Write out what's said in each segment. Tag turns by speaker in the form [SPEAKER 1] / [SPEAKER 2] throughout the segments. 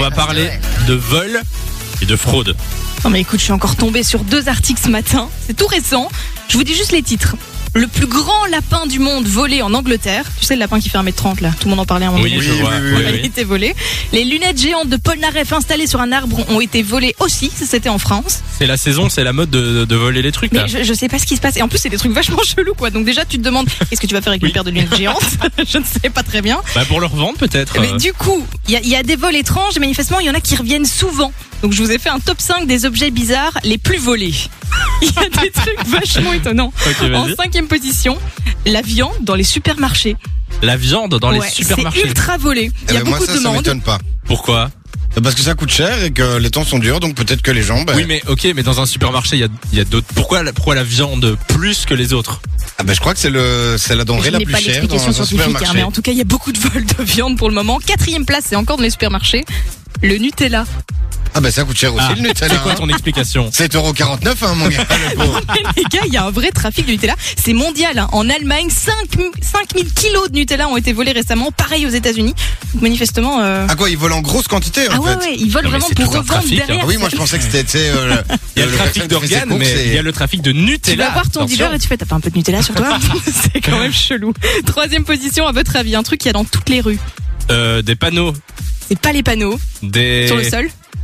[SPEAKER 1] va parler de vol et de fraude.
[SPEAKER 2] Non mais écoute, je suis encore tombée sur 2 articles ce matin. C'est tout récent. Je vous dis juste les titres. Le plus grand lapin du monde volé en Angleterre. Tu sais, le lapin qui fait 1m30 là. Tout le monde en parlait à un moment donné.
[SPEAKER 1] Oui, je vois.
[SPEAKER 2] Il a été volé. Les lunettes géantes de Paul Naref installées sur un arbre ont été volées aussi. Ça, c'était en France.
[SPEAKER 1] C'est la saison, c'est la mode de voler les trucs là.
[SPEAKER 2] Mais je sais pas ce qui se passe. Et en plus, c'est des trucs vachement chelous quoi. Donc déjà, tu te demandes qu'est-ce que tu vas faire avec une paire de lunettes géantes. Je ne sais pas très bien.
[SPEAKER 1] Bah pour le revendre peut-être.
[SPEAKER 2] Mais du coup, il y a des vols étranges et manifestement, il y en a qui reviennent souvent. Donc je vous ai fait un top 5 des objets bizarres les plus volés. Il y a des trucs vachement étonnants.
[SPEAKER 1] Ok,
[SPEAKER 2] En
[SPEAKER 1] vas-y.
[SPEAKER 2] 5e position, la viande dans les supermarchés.
[SPEAKER 1] La viande dans les
[SPEAKER 2] Ouais,
[SPEAKER 1] supermarchés.
[SPEAKER 2] c'est ultra volé. Il y a
[SPEAKER 3] moi,
[SPEAKER 2] beaucoup
[SPEAKER 3] ça
[SPEAKER 2] de demandes.
[SPEAKER 3] m'étonne pas.
[SPEAKER 1] Pourquoi?
[SPEAKER 3] Parce que ça coûte cher et que les temps sont durs, donc peut-être que les gens.
[SPEAKER 1] Oui mais ok, mais dans un supermarché il y a d'autres. Pourquoi la viande plus que les autres?
[SPEAKER 3] Je crois que c'est la denrée
[SPEAKER 2] Je
[SPEAKER 3] la
[SPEAKER 2] n'ai
[SPEAKER 3] plus
[SPEAKER 2] pas
[SPEAKER 3] chère dans
[SPEAKER 2] l'explication
[SPEAKER 3] un
[SPEAKER 2] scientifique,
[SPEAKER 3] supermarché.
[SPEAKER 2] mais en tout cas, il y a beaucoup de vols de viande pour le moment. 4e place, c'est encore dans les supermarchés. Le Nutella.
[SPEAKER 3] Ça coûte cher aussi le Nutella.
[SPEAKER 1] C'est quoi ton explication?
[SPEAKER 3] 7,49 €, mon gars. Le pauvre.
[SPEAKER 2] Les gars, il y a un vrai trafic de Nutella. C'est mondial. Hein. En Allemagne, 5000 kilos de Nutella ont été volés récemment. Pareil aux États-Unis. Donc manifestement.
[SPEAKER 3] Ah quoi, ils volent en grosse quantité en fait.
[SPEAKER 2] Ouais, ils volent
[SPEAKER 1] Non, mais
[SPEAKER 2] vraiment
[SPEAKER 1] c'est
[SPEAKER 2] pour
[SPEAKER 1] tout un
[SPEAKER 2] revendre
[SPEAKER 1] trafic,
[SPEAKER 2] derrière.
[SPEAKER 3] Ah oui, moi je pensais que c'était
[SPEAKER 1] Il y a le trafic d'organes, mais il y a le trafic de Nutella.
[SPEAKER 2] Tu vas voir ton
[SPEAKER 1] Attention.
[SPEAKER 2] dealer et tu fais, t'as pas un peu de Nutella sur toi? C'est quand même chelou. 3e position, à votre avis, un truc qu'il y a dans toutes les rues.
[SPEAKER 1] Des panneaux,
[SPEAKER 2] C'est pas les panneaux
[SPEAKER 1] des.
[SPEAKER 2] sur le sol,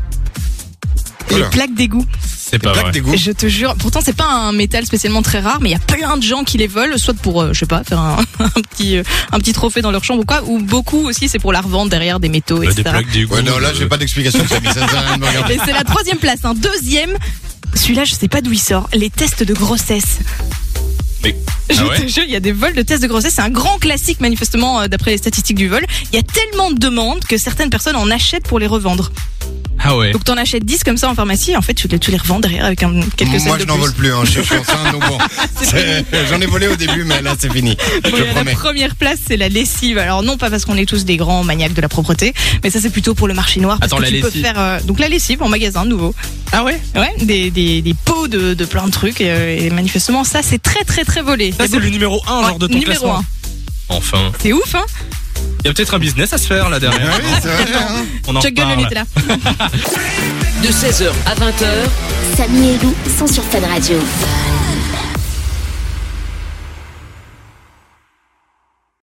[SPEAKER 3] Oula.
[SPEAKER 2] les plaques d'égout.
[SPEAKER 1] C'est pas
[SPEAKER 3] Plaque
[SPEAKER 1] vrai.
[SPEAKER 3] d'égout.
[SPEAKER 2] Je te jure, pourtant c'est pas un métal spécialement très rare, mais il y a plein de gens qui les volent, soit pour, je sais pas, faire un petit trophée dans leur chambre ou quoi, ou beaucoup aussi c'est pour la revente derrière des métaux, etc.
[SPEAKER 1] Des plaques d'égout.
[SPEAKER 3] Ouais, non, là j'ai pas d'explication, ça sert à rien de me regarder.
[SPEAKER 2] Mais c'est la 3e place. Un 2e, celui-là je sais pas d'où il sort, les tests de grossesse.
[SPEAKER 1] Mais
[SPEAKER 2] Je
[SPEAKER 1] ah ouais
[SPEAKER 2] te jure, il y a des vols de tests de grossesse. C'est un grand classique, manifestement, d'après les statistiques du vol. Il y a tellement de demandes que certaines personnes en achètent pour les revendre.
[SPEAKER 1] Ah ouais.
[SPEAKER 2] Donc, t'en achètes 10 comme ça en pharmacie. Et en fait, tu les revends derrière avec quelques cents
[SPEAKER 3] Moi
[SPEAKER 2] de
[SPEAKER 3] je n'en
[SPEAKER 2] plus.
[SPEAKER 3] vole plus, hein. Je suis enceinte, donc bon. J'en ai volé au début, mais là c'est fini.
[SPEAKER 2] Bon,
[SPEAKER 3] Je
[SPEAKER 2] et à la
[SPEAKER 3] promets.
[SPEAKER 2] première place, c'est la lessive. Alors, non pas parce qu'on est tous des grands maniaques de la propreté, mais ça, c'est plutôt pour le marché noir. Parce
[SPEAKER 1] Attends,
[SPEAKER 2] que
[SPEAKER 1] la
[SPEAKER 2] tu peux
[SPEAKER 1] lessive.
[SPEAKER 2] faire, donc, la lessive en magasin, nouveau.
[SPEAKER 1] Ah ouais.
[SPEAKER 2] Ouais, des pots de plein de trucs. Et manifestement, ça, c'est très, très, très volé.
[SPEAKER 1] Ça c'est le numéro 1 genre de ton
[SPEAKER 2] numéro
[SPEAKER 1] classement.
[SPEAKER 2] 1.
[SPEAKER 1] Enfin,
[SPEAKER 2] C'est ouf, hein?
[SPEAKER 1] il y a peut-être un business à se faire là derrière.
[SPEAKER 3] Ah oui, c'est vrai, hein.
[SPEAKER 1] On en
[SPEAKER 2] Chuck Gun le
[SPEAKER 1] reparle.
[SPEAKER 2] Nutella.
[SPEAKER 4] De 16h à 20h,
[SPEAKER 5] Samy et Lou sont sur Fun Radio.